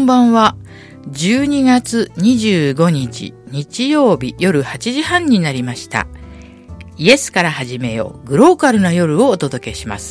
んばんは。12月25日日曜日夜8時半になりました。イエスから始めようグローカルな夜をお届けします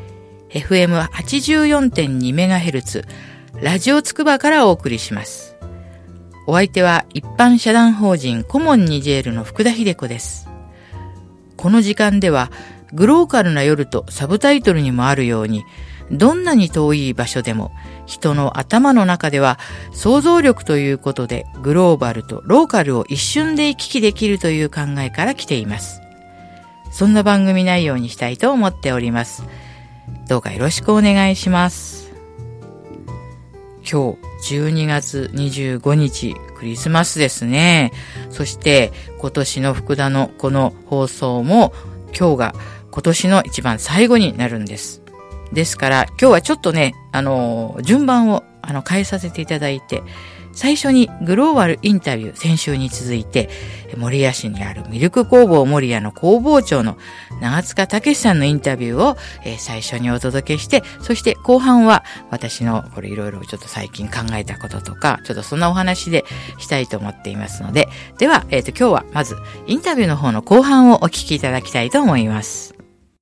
。FM84.2MHz ラジオつくばからお送りします。お相手は一般社団法人コモンニジェールの福田秀子です。この時間ではグローカルな夜とサブタイトルにもあるように、どんなに遠い場所でも人の頭の中では想像力ということでグローバルとローカルを一瞬で行き来できるという考えから来ています。そんな番組内容にしたいと思っております。どうかよろしくお願いします。今日12月25日クリスマスですね。そして今年の福田のこの放送も今日が今年の一番最後になるんです。ですから今日はちょっとね、順番を変えさせていただいて、最初にグローバルインタビュー、先週に続いて守谷市にあるミルク工房守谷の工房長の長塚武さんのインタビューを最初にお届けして、そして後半は私のこれいろいろちょっと最近考えたこととか、ちょっとそんなお話でしたいと思っていますので、では今日はまずインタビューの方の後半をお聞きいただきたいと思います。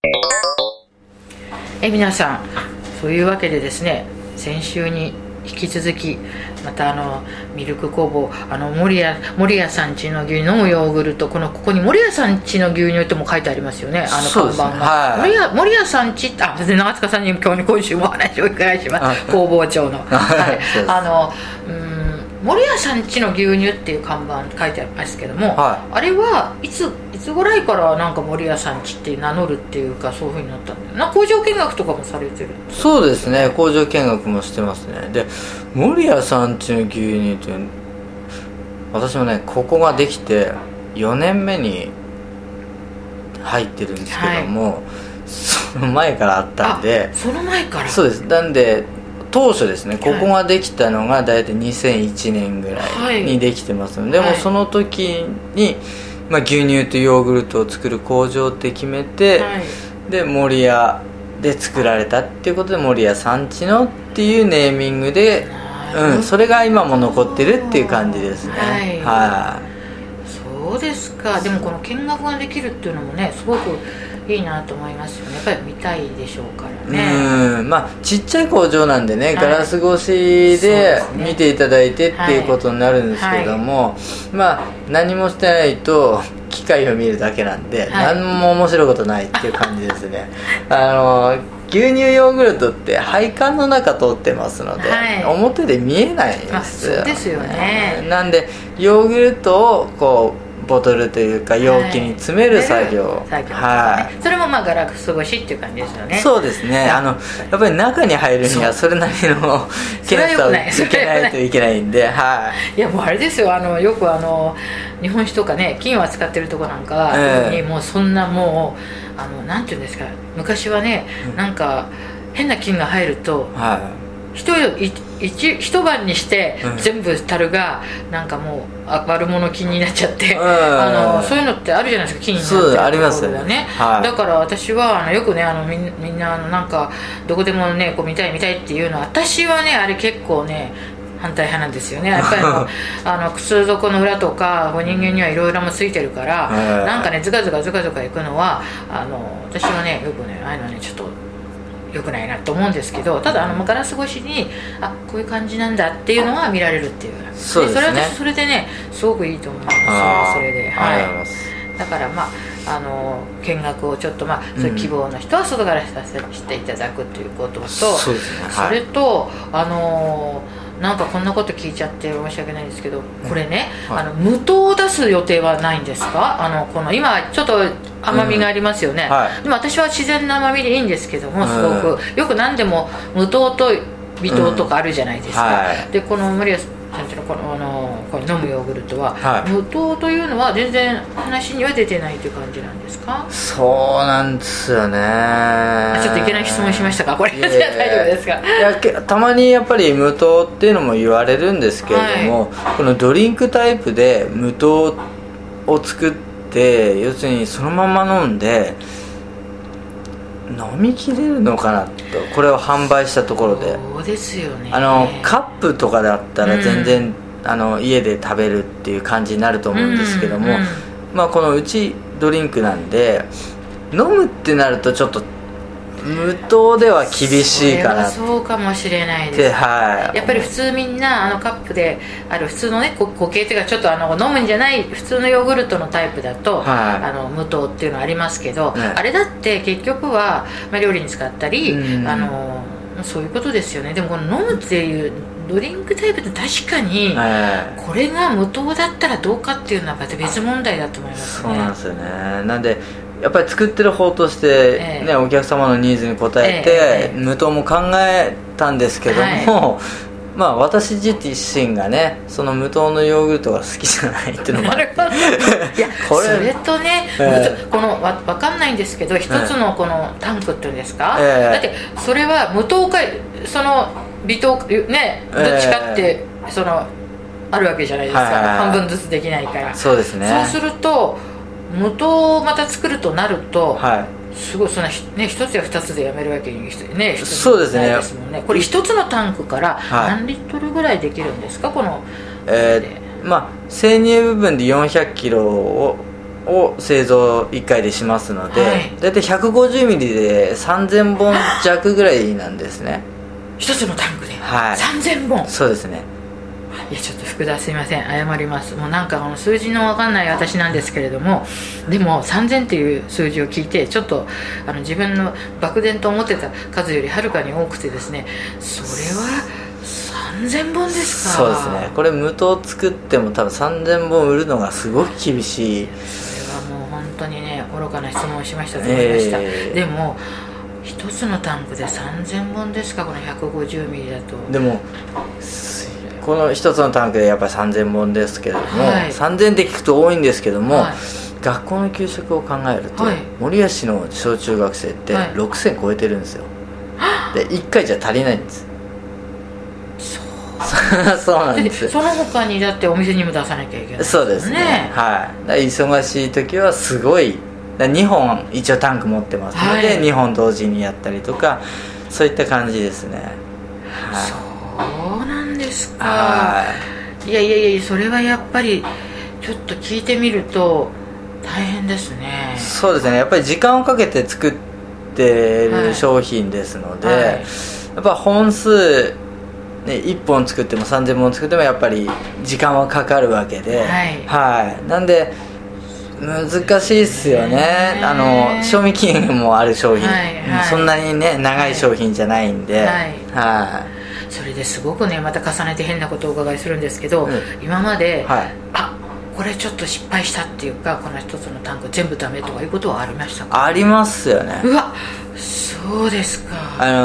皆さん、そういうわけでですね、先週に引き続きまたミルク工房守谷さん家の牛乳飲むヨーグルト、ここに守谷さん家の牛乳とも書いてありますよね、看板が、はい、守谷さん家、長塚さんに今週もお話をお伺いします。工房長の、はい、守谷さん家の牛乳っていう看板書いてありますけども、はい、あれはいつぐらいからなんか守谷さん家って名乗るっていうか、そういう風になったんだよな。工場見学とかもされてるんですか？ そうですね、工場見学もしてますね。で、守谷さん家の牛乳って私もね、ここができて4年目に入ってるんですけども、はい、その前からあったんで。 その前から？ そうです。なんで当初ですね、ここができたのが大体2001年ぐらいにできてますので、はい、もうその時に、牛乳とヨーグルトを作る工場って決めて、はい、で守谷で作られたっていうことで守谷さんちのっていうネーミングで、それが今も残ってるっていう感じですね。はい、 そうですか。でもこの見学ができるっていうのもね、すごくいいなと思いますよね。やっぱり見たいでしょうからね。 ちっちゃい工場なんでね、ガラス越しで見ていただいてっていうことになるんですけども、何もしてないと機械を見るだけなんで、何も面白いことないっていう感じですね。牛乳ヨーグルトって配管の中通ってますので、表で見えないんですよ。 そうですよね。 なんでヨーグルトをこうボトルというか容器に詰める作業、 それもガラス越しっていう感じですよね。 そうですね。やっぱり中に入るにはそれなりの検査を受けないといけないんで、 いやもうあれですよ、よく日本酒とかね、金を扱ってるとこなんかにもうそんなもうなんていうんですか、昔はね、なんか変な金が入ると、一晩にして全部樽がなんかもう悪者金になっちゃって、そういうのってあるじゃないですか、金になってるところがね。だから私はよくね、みんななんかどこでもねこう見たいっていうのは、私はねあれ結構ね反対派なんですよね。やっぱり靴底の裏とか人間にはいろいろもついてるから、なんかねズカズカいくのは私はねよくねああいうのねちょっと良くないなと思うんですけど、ただガラス越しにこういう感じなんだっていうのは見られるっていう、 そうですね。 それでねすごくいいと思いますよ。それで、だから見学をちょっとそういう希望の人は外からさせていただくということと、それとなんかこんなこと聞いちゃって申し訳ないんですけど、これね、無糖を出す予定はないんですか？この今ちょっと甘みがありますよね、でも私は自然な甘みでいいんですけども、すごくよく何でも無糖と微糖とかあるじゃないですか、でこの森谷さんちのこれ飲むヨーグルトは、無糖というのは全然話には出てないという感じなんですか？ そうなんですよね。 ちょっといけない質問しましたか？これ大丈夫ですか？ たまにやっぱり無糖っていうのも言われるんですけれども、このドリンクタイプで無糖を作って、要するにそのまま飲んで飲みきれるのかなと、これを販売したところで。 そうですよね。 カップとかだったら全然、家で食べるっていう感じになると思うんですけども、このうちドリンクなんで飲むってなるとちょっと無糖では厳しいかな。 そうかもしれないです、やっぱり普通みんなカップである普通のね固形っていうかちょっと飲むんじゃない普通のヨーグルトのタイプだと、無糖っていうのはありますけど、あれだって結局は、料理に使ったり、そういうことですよね。でもこの飲むっていうドリンクタイプって確かにこれが無糖だったらどうかっていうのはまた別問題だと思いますね。 そうなんですよね。なんでやっぱり作ってる方として、お客様のニーズに応えて、無糖も考えたんですけども、私自身がねその無糖のヨーグルトが好きじゃないっていうのもある。 いやそれとね、この分かんないんですけど一つのこのタンクっていうんですか、だってそれは無糖かその微糖ねどっちかってあるわけじゃないですか、半分ずつできないから。 そうですね。 そうすると無糖をまた作るとなると、すごい一つや二つでやめるわけにね。 そうですね。 これ一つのタンクから何リットルぐらいできるんですか、この生乳部分で400キロを製造1回でしますので、だいたい150ミリで3000本弱ぐらいなんですね。 一つのタンクで3000本。 そうですね。 いやちょっと福田すいません、謝ります。もうなんか数字の分かんない私なんですけれども、でも3000っていう数字を聞いてちょっと自分の漠然と思ってた数よりはるかに多くてですね、それは3000本ですか。 そうですね。これ無糖作っても多分3000本売るのがすごく厳しい。 それはもう本当にね愚かな質問をしましたと思いました、でも一つのタンクで3000本ですか、この150ミリだと。 でもこの一つのタンクでやっぱり3000本ですけれども、3000って聞くと多いんですけども、学校の給食を考えると、守谷市の小中学生って6000超えてるんですよ。で1回じゃ足りないんです。そうなんです。 その他にだってお店にも出さなきゃいけない、 そうですね。だ忙しい時はすごい2本一応タンク持ってますので、2本同時にやったりとか、そういった感じですね。 そうなんですか。いやそれはやっぱりちょっと聞いてみると大変ですね。 そうですね。やっぱり時間をかけて作ってる商品ですので、やっぱ本数1本作っても3000本作ってもやっぱり時間はかかるわけで、なんで難しいっすよね。賞味期限もある商品、そんなにね長い商品じゃないんで、 それですごくねまた重ねて変なことをお伺いするんですけど、今まで、これちょっと失敗したっていうか、この一つのタンク全部ダメとかいうことはありましたか？ ありますよね。 うわ、そうですか。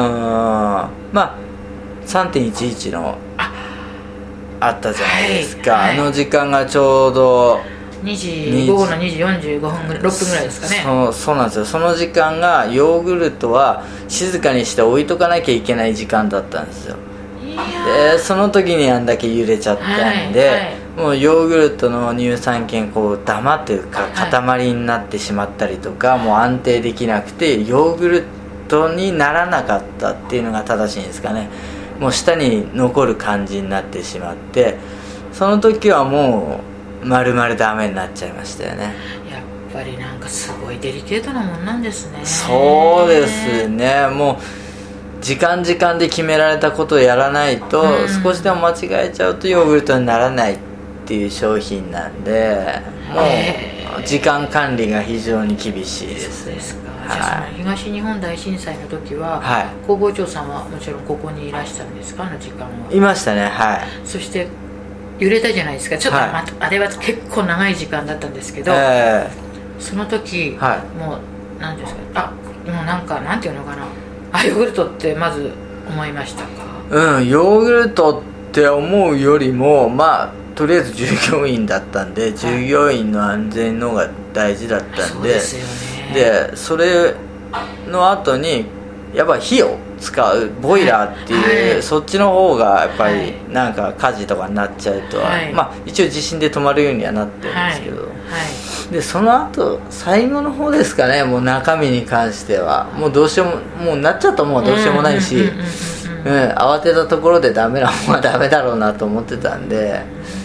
3.11 のあったじゃないですか、あの時間がちょうど午後の2時45分ぐらい6分ぐらいですかね。 そうなんですよ。その時間がヨーグルトは静かにして置いとかなきゃいけない時間だったんですよ。でその時にあんだけ揺れちゃったんで、もうヨーグルトの乳酸菌ダマというか塊になってしまったりとか、もう安定できなくてヨーグルトにならなかったっていうのが正しいんですかね。もう下に残る感じになってしまって、その時はもう丸々ダメになっちゃいましたよね。 やっぱりなんかすごいデリケートなもんなんですね。 そうですね。もう時間で決められたことをやらないと、少しでも間違えちゃうとヨーグルトにならないっていう商品なんで、もう時間管理が非常に厳しいです。 そうですか。じゃあその東日本大震災の時は、工房長さんはもちろんここにいらしたんですか？あの時間は。 いましたね。 そして揺れたじゃないですか。ちょっと、あれは結構長い時間だったんですけど、その時、もう何ですか、もうなんかなんていうのかな、ヨーグルトってまず思いましたか？ ヨーグルトって思うよりも、とりあえず従業員だったんで、従業員の安全の方が大事だったんで、 そうですよね。 でそれの後にやっぱ火を使うボイラーっていう、はい、そっちの方がやっぱりなんか火事とかになっちゃうとは、はい、まあ一応地震で止まるようにはなってるんですけど、はいはい、でその後最後の方ですかね、もう中身に関してはもうどうしようも、もうなっちゃったもんはどうしようもないし、慌てたところでダメなもんはダメだろうなと思ってたんで、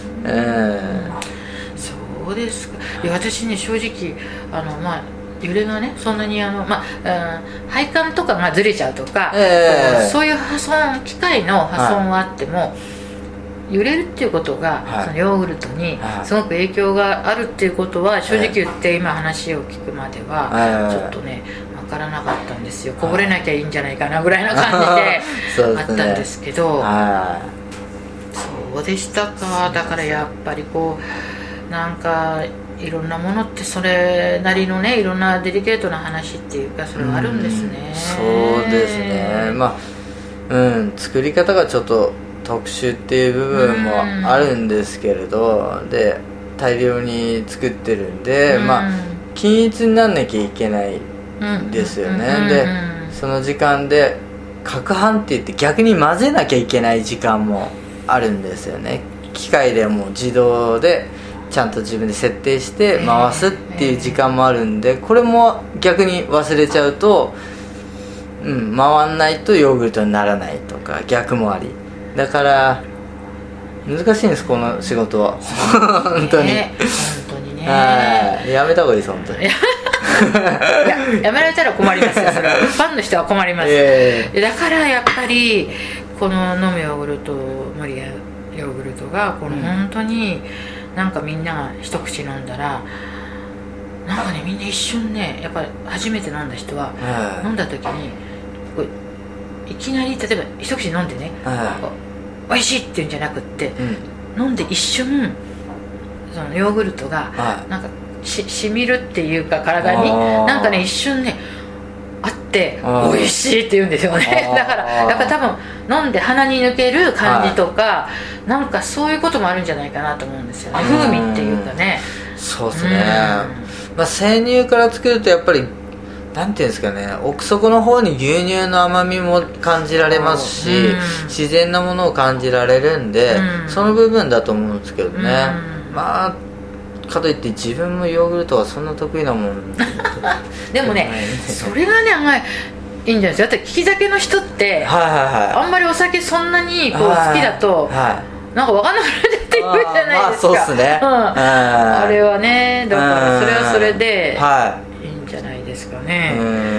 そうですか。私ね、正直まあ揺れがねそんなに配管とかがずれちゃうとか、そういう破損、機械の破損はあっても、揺れるっていうことが、そのヨーグルトにすごく影響があるっていうことは正直言って今話を聞くまではちょっとね分からなかったんですよ。こぼれなきゃいいんじゃないかなぐらいの感じであったんですけど、そうでしたか。だからやっぱりこうなんかいろんなものってそれなりのね、いろんなデリケートな話っていうか、それはあるんですね。 そうですね。まあ作り方がちょっと特殊っていう部分もあるんですけれど、で大量に作ってるんで、まあ均一になんなきゃいけないんですよね。でその時間で攪拌って言って逆に混ぜなきゃいけない時間もあるんですよね。機械でも自動でちゃんと自分で設定して回すっていう時間もあるんで、これも逆に忘れちゃうと、回んないとヨーグルトにならないとか逆もあり、だから難しいんです、この仕事は。本当に本当にね。やめた方がいいです、本当に。いや、やめられたら困りますよ、それは。ファンの人は困ります、だからやっぱりこの飲むヨーグルト、マリアヨーグルトがこの本当になんかみんなが一口飲んだら、なんかね、みんな一瞬ね、やっぱり初めて飲んだ人は、飲んだ時にこういきなり例えば一口飲んでね、美味しいって言うんじゃなくって、飲んで一瞬そのヨーグルトがなんかしみるっていうか、体になんかね一瞬ねあって美味しいって言うんですよね。だからやっぱ多分飲んで鼻に抜ける感じとか、なんかそういうこともあるんじゃないかなと思うんですよね。風味っていうかね。 そうですね。まあ生乳から作るとやっぱりなんていうんですかね、奥底の方に牛乳の甘みも感じられますし、自然なものを感じられるんで、その部分だと思うんですけどね。まあかといって自分もヨーグルトはそんな得意なもんでもね、それがね案外いいんじゃないですか。だって利き酒の人って、あんまりお酒そんなにこう好きだと、なんか分かんなくなっちゃって言うじゃないですか。 そうっすね。 あれはね、だからそれはそれでいいんじゃないですかね。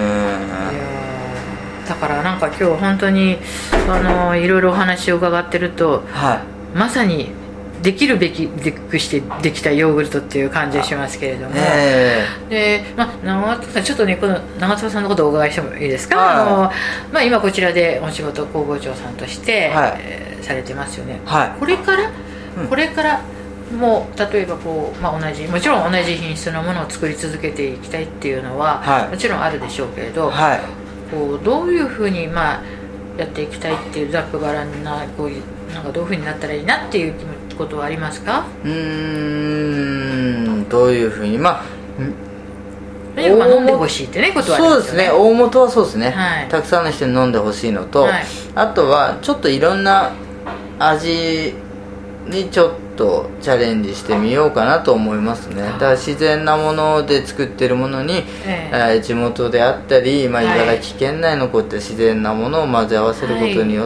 だからなんか今日本当にいろいろお話を伺ってると、まさにできるべきくしてできたヨーグルトっていう感じがしますけれども、で、長田さん、ちょっとねこの長田さんのことをお伺いしてもいいですか。今こちらでお仕事工房長さんとして、されてますよね。これからもう例えばこう、もちろん同じ品質のものを作り続けていきたいっていうのは、もちろんあるでしょうけれど、こうどういうふうにやっていきたいっていうざっくばらんな、こういうなんかどういうふうになったらいいなっていうことはありますか。 どういうふうに飲んでほしいってねことはありますよね。そうですね、 大元はそうですね、たくさんの人に飲んでほしいのと、あとはちょっといろんな味にちょっとチャレンジしてみようかなと思いますね。だから自然なもので作ってるものに、地元であったり、茨城県内のこういった自然なものを混ぜ合わせることによって、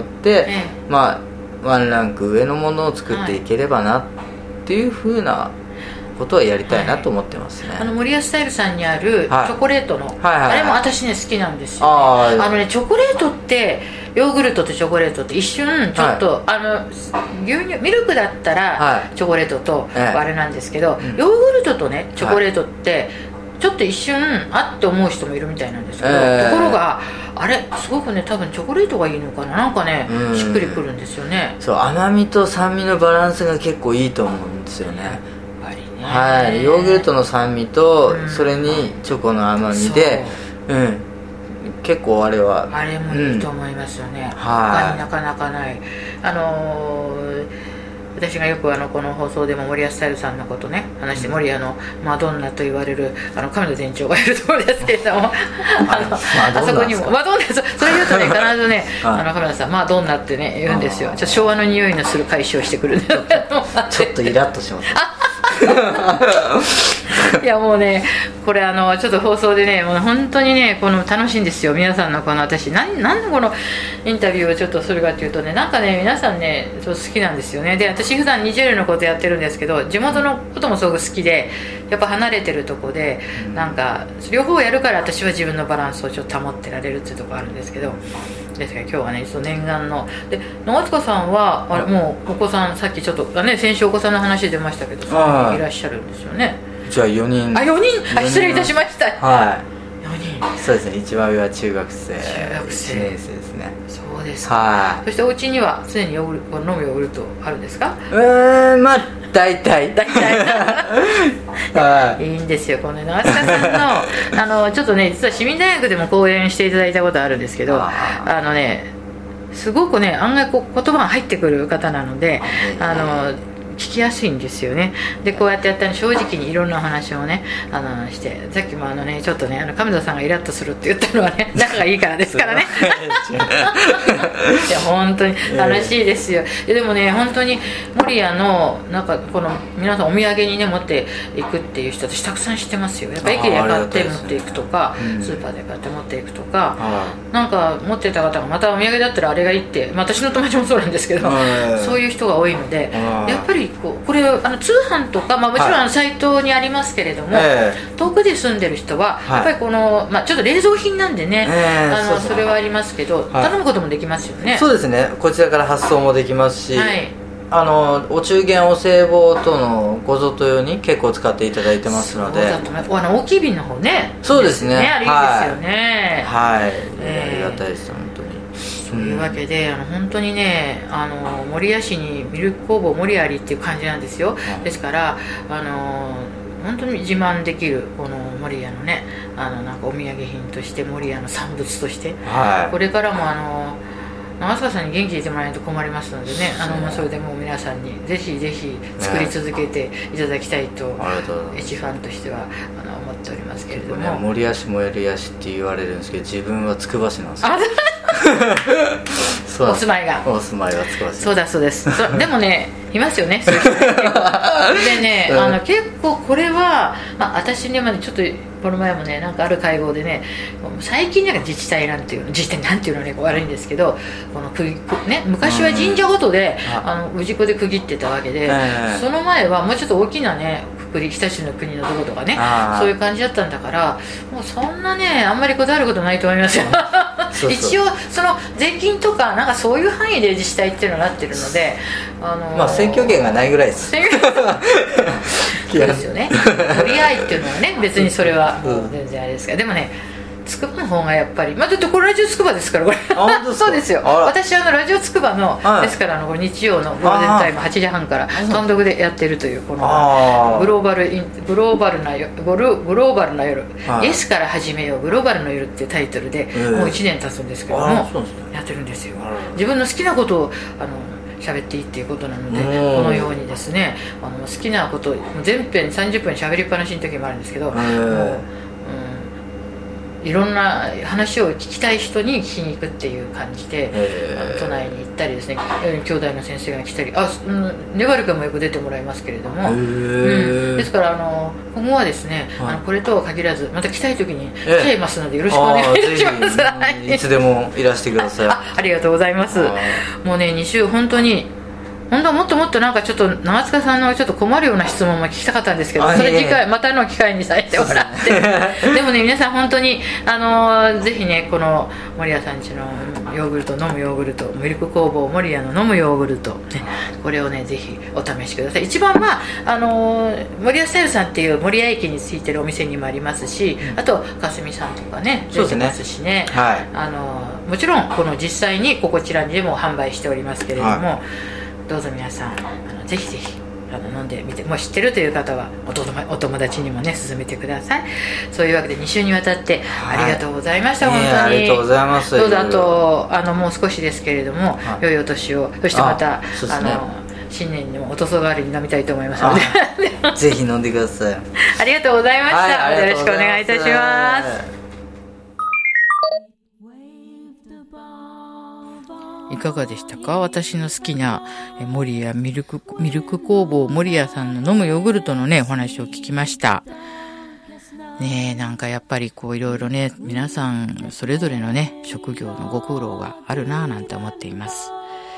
ワンランク上のものを作っていければなっていうふうなことはやりたいなと思ってますね。 森安スタイルさんにあるチョコレートの、あれも私ね好きなんですよ、ね。チョコレートってヨーグルトとチョコレートって一瞬ちょっと、牛乳ミルクだったらチョコレートとあれなんですけど、ヨーグルトとねチョコレートってちょっと一瞬あって思う人もいるみたいなんですけど、ところがあれすごくね多分チョコレートがいいのかな、なんかねしっくりくるんですよね。 そう、甘みと酸味のバランスが結構いいと思うんですよね。ヨーグルトの酸味と、それにチョコの甘みで、結構あれもいいと思いますよね。他になかなかない。 私がよくこの放送でも森谷スタイルさんのことね話して、守谷のマドンナと言われる亀田店長がいるところですけれどもあそこにもマドンナ、それ言うとね必ずね亀田さんマドンナってね言うんですよ。ちょっと昭和の匂いのする返しをしてくるんでちょっとイラッとしますいやもうねこれちょっと放送でねもう本当にねこの楽しいんですよ。皆さんのこの私なんでこのインタビューをちょっとするかというとね、なんかね皆さんね好きなんですよね。で私普段ニジェールのことやってるんですけど、地元のこともすごく好きで、やっぱ離れてるとこでなんか両方やるから私は自分のバランスをちょっと保ってられるっていうところあるんですけど、ですから今日はねちょっと念願ので、長塚さんはあれもうお子さんさっきちょっとね先週お子さんの話出ましたけどいらっしゃるんですよね。 じゃあ4人 4人失礼いたしました。 はい4人そうですね。一番上は中学生1年生ですね。 そうですか。そしてお家には常に飲むヨーグルトあるんですか？ まあ大体いいんですよ。この長塚さんのちょっとね実は市民大学でも講演していただいたことあるんですけど、すごくね案外言葉が入ってくる方なので聞きやすいんですよね。でこうやってやったら正直にいろんなお話をねして、さっきもちょっとね亀田さんがイラッとするって言ったのはね仲がいいからですからねいや本当に楽しいですよ。でもね本当に守谷のなんかこの皆さんお土産にね持っていくっていう人私たくさん知ってますよ。やっぱ駅で買って持っていくとか、スーパーで買って持っていくとか、なんか持ってた方がまたお土産だったらあれがいいって、私の友達もそうなんですけどそういう人が多いので、やっぱりこれ通販とか、もちろんサイトにありますけれども、遠くで住んでる人はやっぱりこの、ちょっと冷蔵品なんでね、それはありますけど、頼むこともできますよね。 そうですね。こちらから発送もできますし、お中元お歳暮とのご贈答用に結構使っていただいてますので、 大きい瓶の方ね。 そうですね。 あれいいですよね。 ありがたいです本当に。 というわけで本当にね守谷市にミルク工房守谷ありっていう感じなんですよ。ですから本当に自慢できるこの守谷のねなんかお土産品として守谷の産物として、これからも長坂さんに元気でいてもらえないと困りますのでね、それでもう皆さんにぜひぜひ作り続けていただきたいと、一ファンとしては思っておりますけれども、 守谷市守谷市って言われるんですけど、自分はつくば市なんですよ。 お住まいがつくば市。 そうだそうです。でもねいますよねそういう人でね結構これは、私ねちょっとこの前もねなんかある会合でね、最近なんか自治体なんていうのね悪いんですけど、この昔は神社ごとで氏子で区切ってたわけで、その前はもうちょっと大きなね日立の国のどことかねそういう感じだったんだから、もうそんなねあんまりこだわることないと思いますよ一応その税金とかなんかそういう範囲で自治体っていうのがなってるので、 選挙権がないぐらいですそうですよね。取り合いっていうのはね別にそれは全然あれですが、でもねつくばの方がやっぱり、だってこれラジオつくばですからこれそうですよ。私ラジオつくばの、ですからこれ日曜のゴールデンタイム8時半から単独でやってるというこのグローバルな夜、イエスから始めようグローバルな夜っていうタイトルで、もう1年経つんですけどもやってるんですよ。自分の好きなことを喋っていいっていうことなので、このようにですね好きなこと全編30分喋りっぱなしの時もあるんですけど、もういろんな話を聞きたい人に聞きに行くっていう感じで、都内に行ったりですね、兄弟の先生が来たり、ねばる君もよく出てもらいますけれども、ですから今後はですね、これとは限らずまた来たい時に来ちゃいますのでよろしくお願いします。 いつでもいらしてください。 ありがとうございます。もうね2週本当はもっともっとなんかちょっと長塚さんのちょっと困るような質問も聞きたかったんですけど、それまたの機会にさせてもらってでもね皆さん本当にぜひねこの守谷さんちのヨーグルト飲むヨーグルトミルク工房守谷の飲むヨーグルト、これをねぜひお試しください。一番守谷スタイルさんっていう守谷駅についてるお店にもありますし、あとかすみさんとかね出てますしね、もちろんこの実際にこちらにでも販売しておりますけれども、どうぞ皆さんぜひぜひ飲んでみて、もう知ってるという方はお友達にもね勧めてください。そういうわけで2週にわたってありがとうございました。本当にありがとうございます。 どうぞあともう少しですけれども、良いお年を、そしてまた、 新年にもおとそ代わりに飲みたいと思いますのでぜひ飲んでください。 ありがとうございました、はい、よろしくお願いいたします。いかがでしたか？私の好きな守谷ミルク工房守谷さんの飲むヨーグルトのねお話を聞きましたね。えなんかやっぱりこういろいろね皆さんそれぞれのね職業のご苦労があるなぁなんて思っています。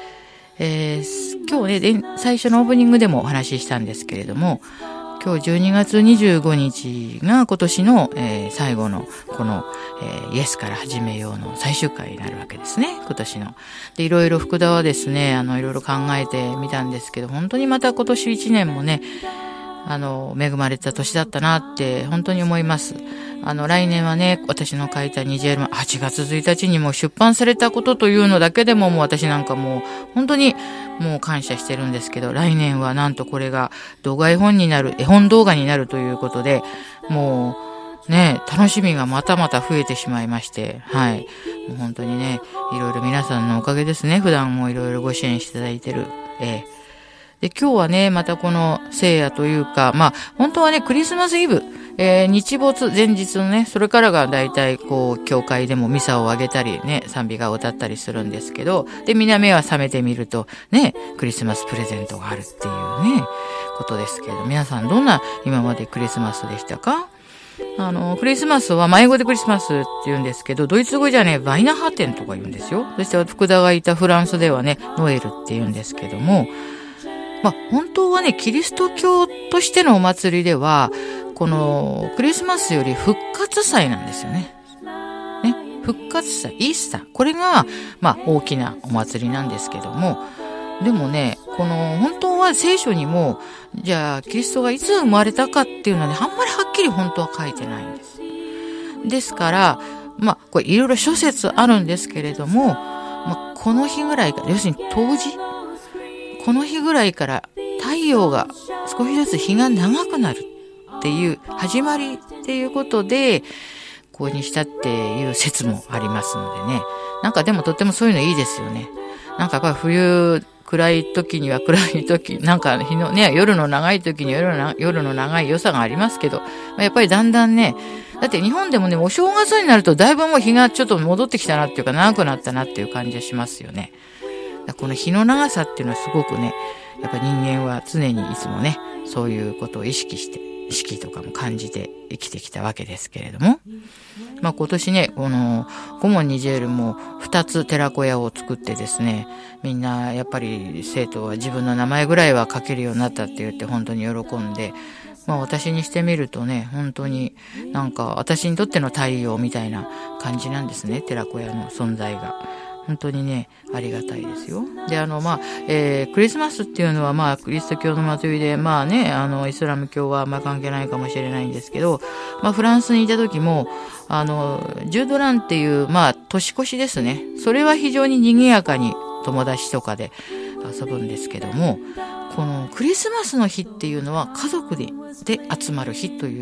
今日ね最初のオープニングでもお話ししたんですけれども、今日12月25日が今年の、最後のこの、イエスから始めようの最終回になるわけですね、今年の。で、いろいろ福田はですね、いろいろ考えてみたんですけど、本当にまた今年1年もね、恵まれた年だったなって本当に思います。来年はね、私の書いたニジェール8月1日にも出版されたことというのだけでももう私なんかもう本当にもう感謝してるんですけど、来年はなんとこれが動画絵本になる、絵本動画になるということで、もうね、楽しみがまたまた増えてしまいまして、はい。もう本当にね、いろいろ皆さんのおかげですね。普段もいろいろご支援していただいてる。で、今日はね、またこの聖夜というか、本当はね、クリスマスイブ、日没前日のね、それからがだいたいこう、教会でもミサをあげたりね、賛美歌を歌ったりするんですけど、で、目は覚めてみると、ね、クリスマスプレゼントがあるっていうね、ことですけれど、皆さんどんな今までクリスマスでしたか？クリスマスは、英語でクリスマスって言うんですけど、ドイツ語じゃね、バイナハーテンとか言うんですよ。そして福田がいたフランスではね、ノエルって言うんですけども、本当はね、キリスト教としてのお祭りでは、このクリスマスより復活祭なんですよね。復活祭、イースター。これが、大きなお祭りなんですけども、でもね、本当は聖書にも、じゃあ、キリストがいつ生まれたかっていうのはね、あんまりはっきり本当は書いてないんです。ですから、これいろいろ諸説あるんですけれども、この日ぐらいから、要するに冬至？この日ぐらいから太陽が少しずつ日が長くなるっていう始まりっていうことで、こうにしたっていう説もありますのでね。なんかでもとってもそういうのいいですよね。なんかやっぱり冬暗い時には暗い時、なんか日のね、夜の長い時には夜の長い良さがありますけど、やっぱりだんだんね、だって日本でもね、お正月になるとだいぶもう日がちょっと戻ってきたなっていうか長くなったなっていう感じがしますよね。この日の長さっていうのはすごくね、やっぱ人間は常にいつもね、そういうことを意識とかも感じて生きてきたわけですけれども。今年ね、このコモンニジェールも2つ寺子屋を作ってですね、みんなやっぱり生徒は自分の名前ぐらいは書けるようになったって言って本当に喜んで、私にしてみるとね、本当になんか私にとっての太陽みたいな感じなんですね、寺子屋の存在が。本当にね、ありがたいですよ。で、クリスマスっていうのはキリスト教の祭りで、イスラム教は関係ないかもしれないんですけど、フランスにいた時も、ジュードランっていう、年越しですね。それは非常に賑やかに友達とかで遊ぶんですけども、このクリスマスの日っていうのは家族で集まる日という、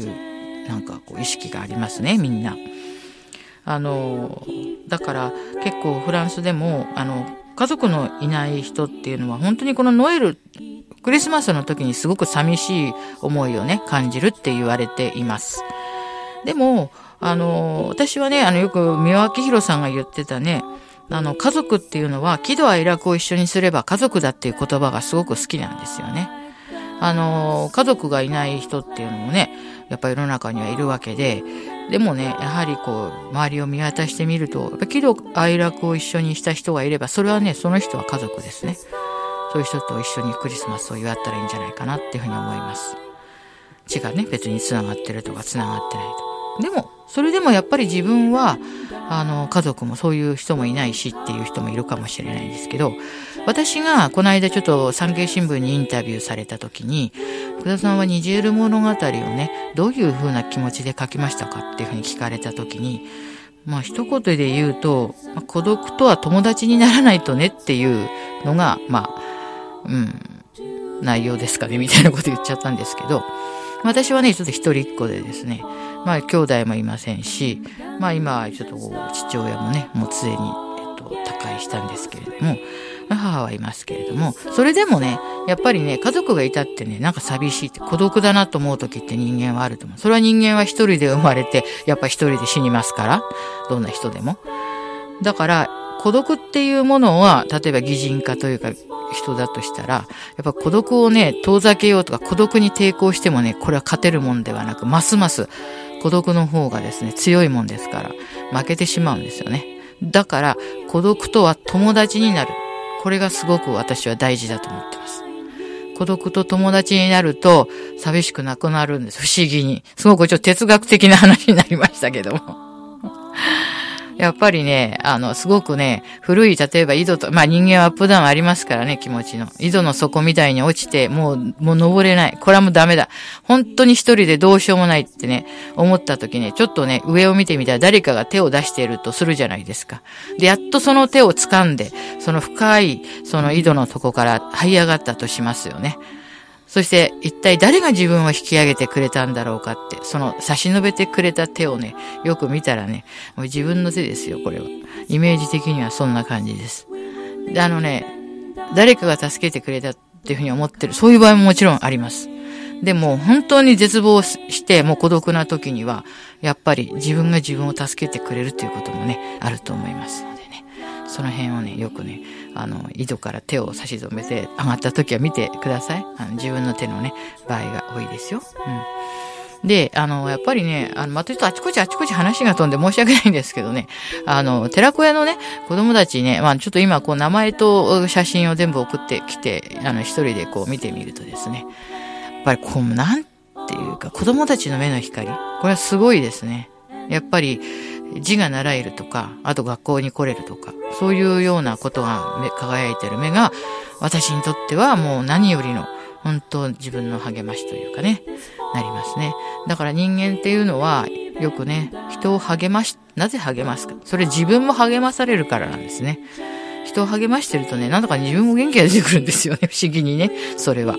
なんかこう意識がありますね、みんな。だから結構フランスでも、家族のいない人っていうのは本当にこのノエル、クリスマスの時にすごく寂しい思いをね、感じるって言われています。でも、私はね、よく三輪明宏さんが言ってたね、家族っていうのは喜怒哀楽を一緒にすれば家族だっていう言葉がすごく好きなんですよね。家族がいない人っていうのもね、やっぱり世の中にはいるわけで、でもね、やはりこう、周りを見渡してみると、やっぱ喜怒哀楽を一緒にした人がいれば、それはね、その人は家族ですね。そういう人と一緒にクリスマスを祝ったらいいんじゃないかなっていうふうに思います。血がね、別に繋がってるとか繋がってないとか。でも、それでもやっぱり自分は、家族もそういう人もいないしっていう人もいるかもしれないんですけど、私がこの間ちょっと産経新聞にインタビューされた時に、福田さんはニジェール物語をね、どういう風な気持ちで書きましたかっていう風に聞かれた時に、一言で言うと、孤独とは友達にならないとねっていうのが、内容ですかねみたいなこと言っちゃったんですけど、私はね、ちょっと一人っ子でですね、兄弟もいませんし、今、ちょっと父親もね、もう常に、他会したんですけれども、母はいますけれども、それでもね、やっぱりね、家族がいたってね、なんか寂しいって、孤独だなと思う時って人間はあると思う。それは人間は一人で生まれて、やっぱ一人で死にますから、どんな人でも。だから、孤独っていうものは、例えば擬人化というか人だとしたら、やっぱ孤独をね、遠ざけようとか孤独に抵抗してもね、これは勝てるもんではなく、ますます孤独の方がですね、強いもんですから、負けてしまうんですよね。だから、孤独とは友達になる。これがすごく私は大事だと思ってます。孤独と友達になると、寂しくなくなるんです。不思議に。すごくちょっと哲学的な話になりましたけども。やっぱりね、すごくね、古い、例えば井戸と、まあ人間はアップダウンありますからね、気持ちの。井戸の底みたいに落ちて、もう登れない。これはもうダメだ。本当に一人でどうしようもないってね、思った時ね、ちょっとね、上を見てみたら誰かが手を出しているとするじゃないですか。で、やっとその手を掴んで、その深い、その井戸の底から這い上がったとしますよね。そして一体誰が自分を引き上げてくれたんだろうかって、その差し伸べてくれた手をね、よく見たらね、もう自分の手ですよ、これは。イメージ的にはそんな感じです。で、誰かが助けてくれたっていうふうに思ってる、そういう場合ももちろんあります。でも本当に絶望して、もう孤独な時には、やっぱり自分が自分を助けてくれるっていうこともね、あると思いますのでね。その辺をね、よくね、井戸から手を差し伸べて上がった時は見てください。自分の手のね、場合が多いですよ。うん。で、やっぱりね、またちょっとあちこち話が飛んで申し訳ないんですけどね、寺子屋のね、子供たちね、まあちょっと今こう名前と写真を全部送ってきて、一人でこう見てみるとですね、やっぱりこう、なんていうか、子供たちの目の光、これはすごいですね。やっぱり、字が習えるとか、あと学校に来れるとか、そういうようなことが輝いてる目が、私にとってはもう何よりの、本当自分の励ましというかね、なりますね。だから人間っていうのは、よくね、人をなぜ励ますか。それ自分も励まされるからなんですね。人を励ましてるとね、なんだか自分も元気が出てくるんですよね、不思議にね、それは。うん。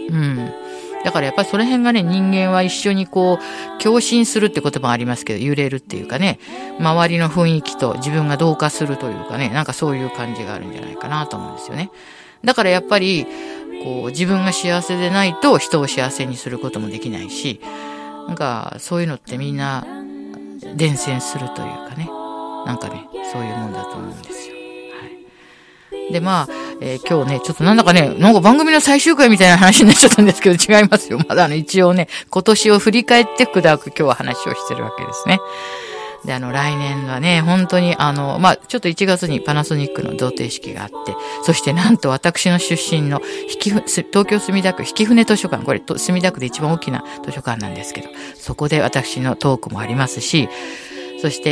だからやっぱりその辺がね、人間は一緒にこう、共振するって言葉ありますけど、揺れるっていうかね、周りの雰囲気と自分が同化するというかね、なんかそういう感じがあるんじゃないかなと思うんですよね。だからやっぱり、こう、自分が幸せでないと人を幸せにすることもできないし、なんかそういうのってみんな伝染するというかね、なんかね、そういうもんだと思うんですよ。で、まあ、今日ね、ちょっとなんだかね、なんか番組の最終回みたいな話になっちゃったんですけど、違いますよ。まだ一応ね、今年を振り返ってくだく今日は話をしてるわけですね。で、来年はね、本当にまあ、ちょっと1月にパナソニックの贈呈式があって、そしてなんと私の出身の東京墨田区引舟図書館、これ墨田区で一番大きな図書館なんですけど、そこで私のトークもありますし、そして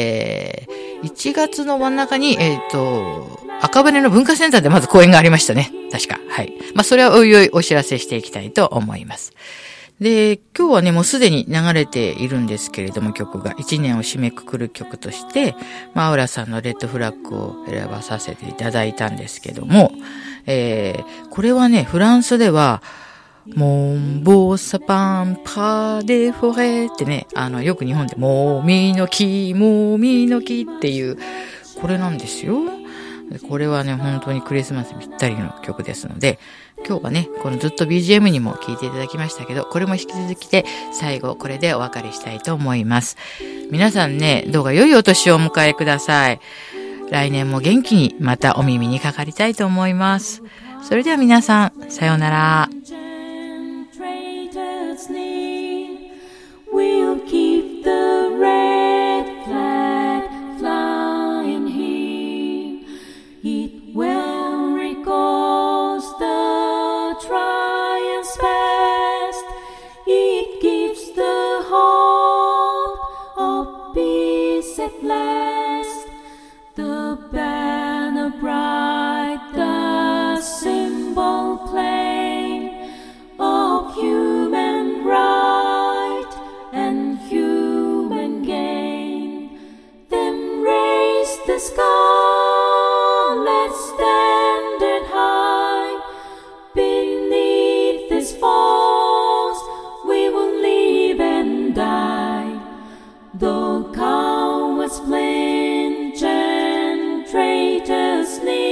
、1月の真ん中に、赤羽の文化センターでまず講演がありましたね。確か。はい。まあ、それはおいおいお知らせしていきたいと思います。で、今日はね、もうすでに流れているんですけれども、曲が1年を締めくくる曲として、まあ、浦さんのレッドフラッグを選ばさせていただいたんですけども、これはね、フランスでは、モンボサパンパデフォレってね、よく日本でもみの木っていう、これなんですよ。これはね、本当にクリスマスにぴったりの曲ですので、今日はね、このずっと BGM にも聴いていただきましたけど、これも引き続きで最後これでお別れしたいと思います。皆さんね、どうか良いお年をお迎えください。来年も元気にまたお耳にかかりたいと思います。それでは皆さん、さようなら。We'll keep the red flag flying here. It well recalls the triumphs past. It gives the hope of peace at last. The banner bright, the symbol plain of human right and human gain. Then raise the scarlet standard high. Beneath its falls we will live and die. Though cowards flinch and traitors listening